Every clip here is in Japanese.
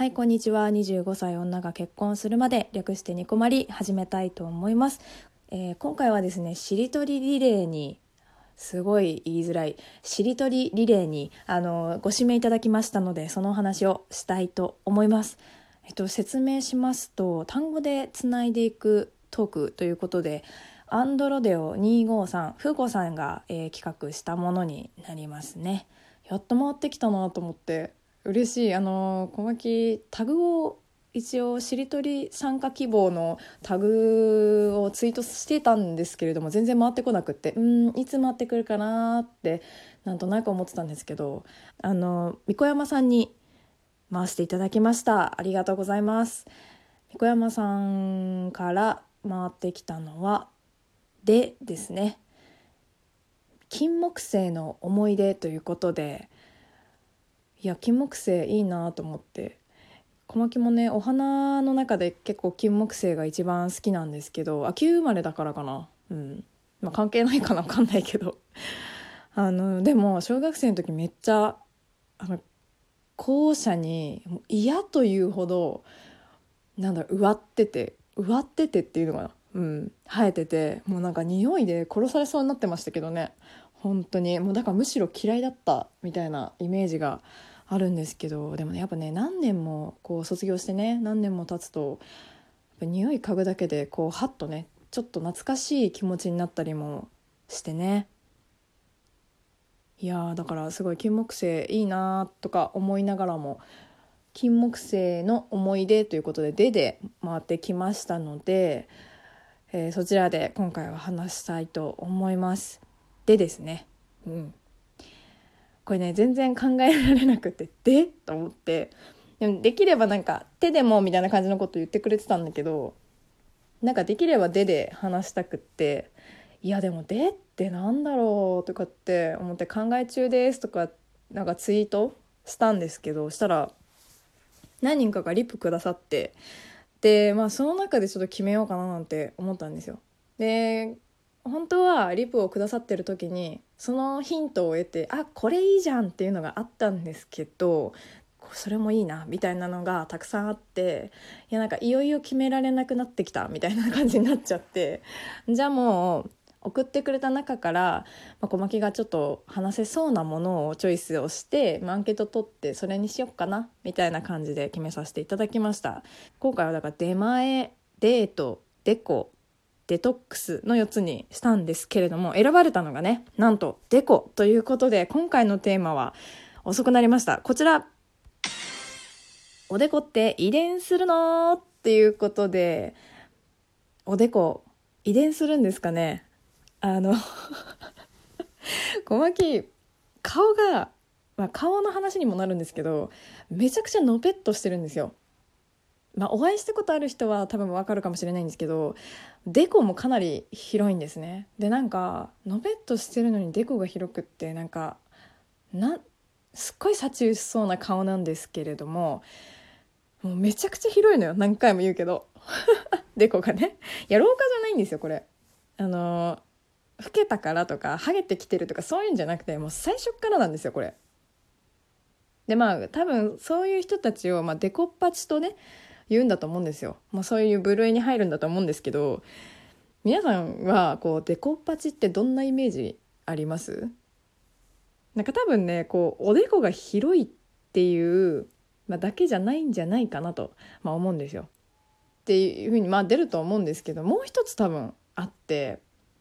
はい、こんにちは。25歳女が結婚するまで、略してニコマリ始めたいと思います。今回はですね、しりとりリレーにすごい言いづらいしりとりリレーにご指名いただきましたので、そのお話をしたいと思います。説明しますと、単語でつないでいくトークということで、アンドロデオ253フーコさんが、企画したものになりますね。やっと回ってきたなと思って嬉しい。小牧タグを一応しりとり参加希望のタグをツイートしてたんですけれども、全然回ってこなくって、いつ回ってくるかなってなんとなく思ってたんですけど、みこやまさんに回していただきました。ありがとうございます。みこやまさんから回ってきたのはですね。金木犀の思い出ということで、いや金木犀いいなと思って、小牧もね、お花の中で結構金木犀が一番好きなんですけど、秋生まれだからかな、関係ないかな、分かんないけどでも小学生の時めっちゃ校舎に嫌というほど植わっててっていうのかな、生えてて、もうなんか匂いで殺されそうになってましたけどね。本当にもうだからむしろ嫌いだったみたいなイメージがあるんですけど、でもね、やっぱね、何年もこう卒業してね、何年も経つとやっぱ匂い嗅ぐだけでこうハッとね、ちょっと懐かしい気持ちになったりもしてね。いやー、だからすごい金木犀いいなとか思いながらも、金木犀の思い出ということでで回ってきましたので、そちらで今回は話したいと思います。でですね、これね、全然考えられなくてと思って、でもできればなんか手でもみたいな感じのこと言ってくれてたんだけど、なんかできればで話したくって、いやでもってなんだろうとかって思って考え中ですとかなんかツイートしたんですけど、したら何人かがリプくださって、でその中でちょっと決めようかななんて思ったんですよ。で本当はリプをくださってる時にそのヒントを得て、これいいじゃんっていうのがあったんですけど、それもいいなみたいなのがたくさんあって、いやなんかいよいよ決められなくなってきたみたいな感じになっちゃって、じゃあもう送ってくれた中から、小牧がちょっと話せそうなものをチョイスをして、アンケート取ってそれにしよっかなみたいな感じで決めさせていただきました。今回はだから出前、デート、デコ、デトックスの4つにしたんですけれども、選ばれたのがね、なんとデコということで、今回のテーマは遅くなりました。こちら、おでこって遺伝するのっていうことで、おでこ遺伝するんですかね。小牧顔が、顔の話にもなるんですけど、めちゃくちゃのぺっとしてるんですよ。お会いしたことある人は多分わかるかもしれないんですけど、デコもかなり広いんですね。でなんかのぺっとしてるのにデコが広くって、なんかすっごい幸薄そうな顔なんですけれども、もうめちゃくちゃ広いのよ、何回も言うけどデコがね。いや老化じゃないんですよこれ。老けたからとかハゲてきてるとかそういうんじゃなくて、もう最初からなんですよこれで。多分そういう人たちを、デコッパチとね言うんだと思うんですよ。そういう部類に入るんだと思うんですけど、皆さんはこうデコッパチってどんなイメージあります？なんか多分ね、こうおでこが広いっていう、だけじゃないんじゃないかなと、思うんですよ。っていうふうに出ると思うんですけど、もう一つ多分あって、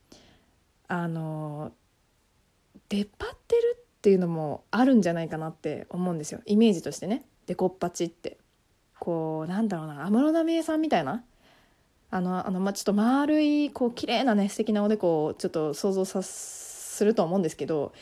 出っ張ってるっていうのもあるんじゃないかなって思うんですよ、イメージとしてね。デコッパチってこうなんだろうな、安室奈美恵さんみたいな、ちょっと丸いこう綺麗なね素敵なおでこをちょっと想像すると思うんですけど、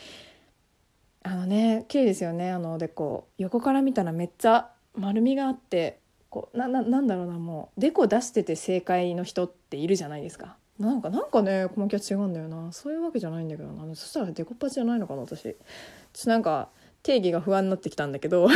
綺麗ですよね。おでこ横から見たらめっちゃ丸みがあって、こうなんだろうな、もうでこ出してて正解の人っているじゃないですか。なんかね、このキャッ違うんだよな。そういうわけじゃないんだけどな。そしたらデコパチじゃないのかな私。ちょっとなんか定義が不安になってきたんだけど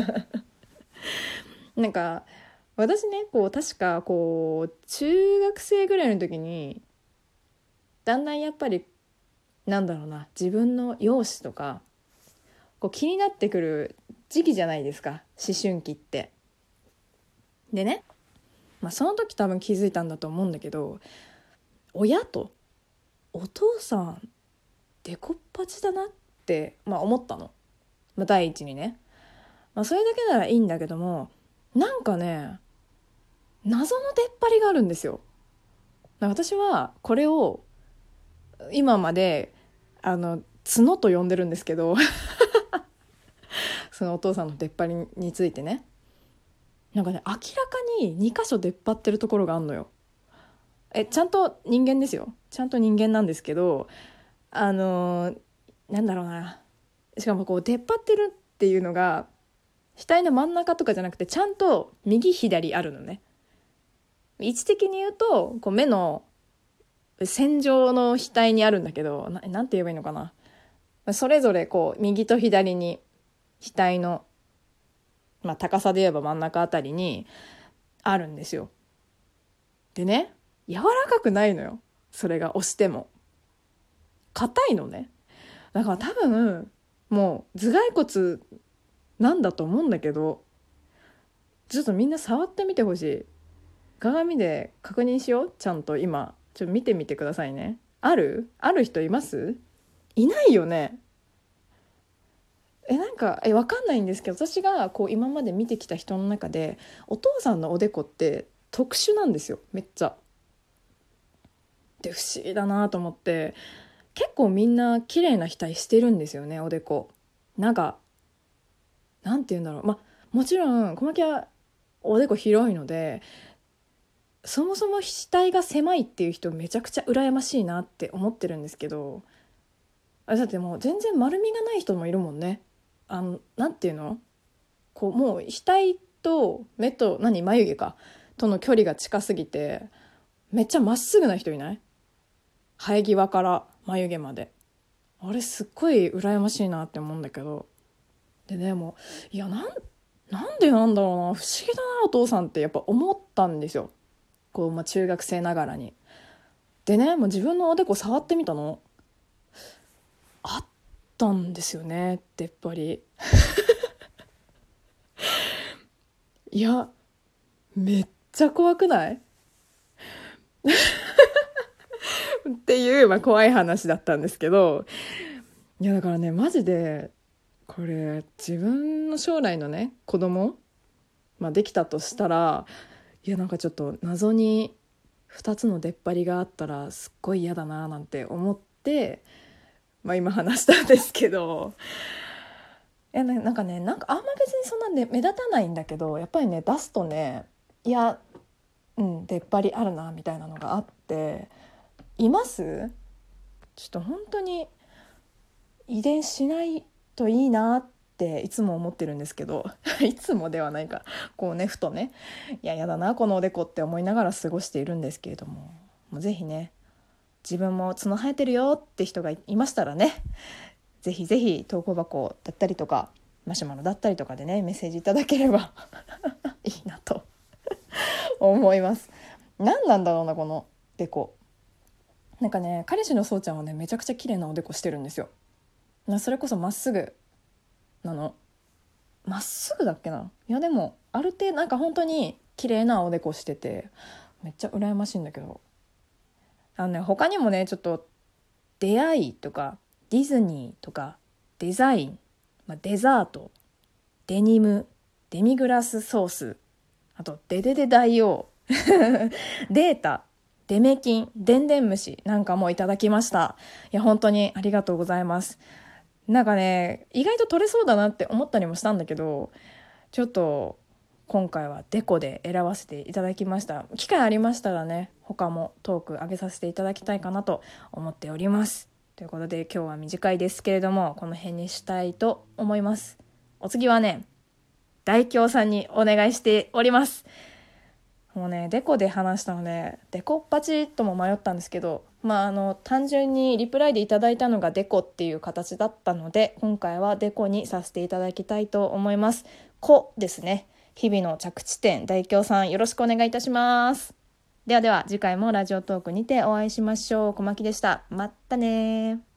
なんか私ね、こう確かこう中学生ぐらいの時にだんだんやっぱりなんだろうな、自分の容姿とかこう気になってくる時期じゃないですか、思春期って。 でね、その時多分気づいたんだと思うんだけど、親とお父さんデコっぱちだなって、思ったの、第一にね。それだけならいいんだけども、なんかね、謎の出っ張りがあるんですよ。私はこれを今まで角と呼んでるんですけどそのお父さんの出っ張りについてね、なんかね、明らかに2箇所出っ張ってるところがあんのよ。ちゃんと人間ですよ。ちゃんと人間なんですけど、なんだろうな。しかもこう出っ張ってるっていうのが額の真ん中とかじゃなくて、ちゃんと右左あるのね。位置的に言うとこう目の線上の額にあるんだけど、なんて言えばいいのかな。それぞれこう右と左に額の、高さで言えば真ん中あたりにあるんですよ。でね、柔らかくないのよ。それが押しても硬いのね。だから多分もう頭蓋骨なんだと思うんだけど、ちょっとみんな触ってみてほしい。鏡で確認しよう。ちゃんと今ちょっと見てみてくださいね。ある人います？いないよね。なんかわかんないんですけど、私がこう今まで見てきた人の中でお父さんのおでこって特殊なんですよ、めっちゃ。で不思議だなと思って、結構みんな綺麗な額してるんですよね、おでこ。なんかなんて言うんだろう、もちろん小牧はおでこ広いので、そもそも額が狭いっていう人めちゃくちゃ羨ましいなって思ってるんですけど、だってもう全然丸みがない人もいるもんね。なんていうの、こうもう額と目と眉毛かとの距離が近すぎてめっちゃまっすぐな人いない？生え際から眉毛まで。あれすっごい羨ましいなって思うんだけど。でね、もうなんでなんだろうな、不思議だなお父さんってやっぱ思ったんですよ。こう、中学生ながらに。でね、もう自分のおでこ触ってみたの。あったんですよね、出っ張り。いや、めっちゃ怖くない？っていう、怖い話だったんですけど、いやだからね、マジでこれ自分の将来のね子供、できたとしたら、いやなんかちょっと謎に2つの出っ張りがあったらすっごい嫌だななんて思って、今話したんですけど、なんかあんま別にそんなね目立たないんだけど、やっぱりね出すとね、いや出っ張りあるなみたいなのがあって、います？ちょっと本当に遺伝しないといいなっていつも思ってるんですけどいつもではないか、こうねふとね、やだなこのおでこって思いながら過ごしているんですけれども、もうぜひね、自分も角生えてるよって人がいましたらね、ぜひぜひ投稿箱だったりとかマシュマロだったりとかでねメッセージいただければいいなと思います。何なんだろうなこのでこ。なんかね、彼氏のそうちゃんはねめちゃくちゃ綺麗なおでこしてるんですよ。それこそまっすぐなの。まっすぐだっけな。いやでもある程度なんか本当に綺麗なおでこしててめっちゃ羨ましいんだけど、他にもねちょっと出会いとかディズニーとかデザイン、デザート、デニム、デミグラスソース、あとデデデ大王データ、デメキン、デンデン虫なんかもいただきました。いや本当にありがとうございます。なんかね意外と取れそうだなって思ったりもしたんだけど、ちょっと今回はデコで選ばせていただきました。機会ありましたらね他もトーク上げさせていただきたいかなと思っております。ということで今日は短いですけれどもこの辺にしたいと思います。お次はね大京さんにお願いしております。もうねデコで話したのでデコっぱちとも迷ったんですけど、単純にリプライでいただいたのがデコっていう形だったので今回はデコにさせていただきたいと思います。コですね。日々の着地点、大京さんよろしくお願いいたします。ではでは次回もラジオトークにてお会いしましょう。小牧でした。またね。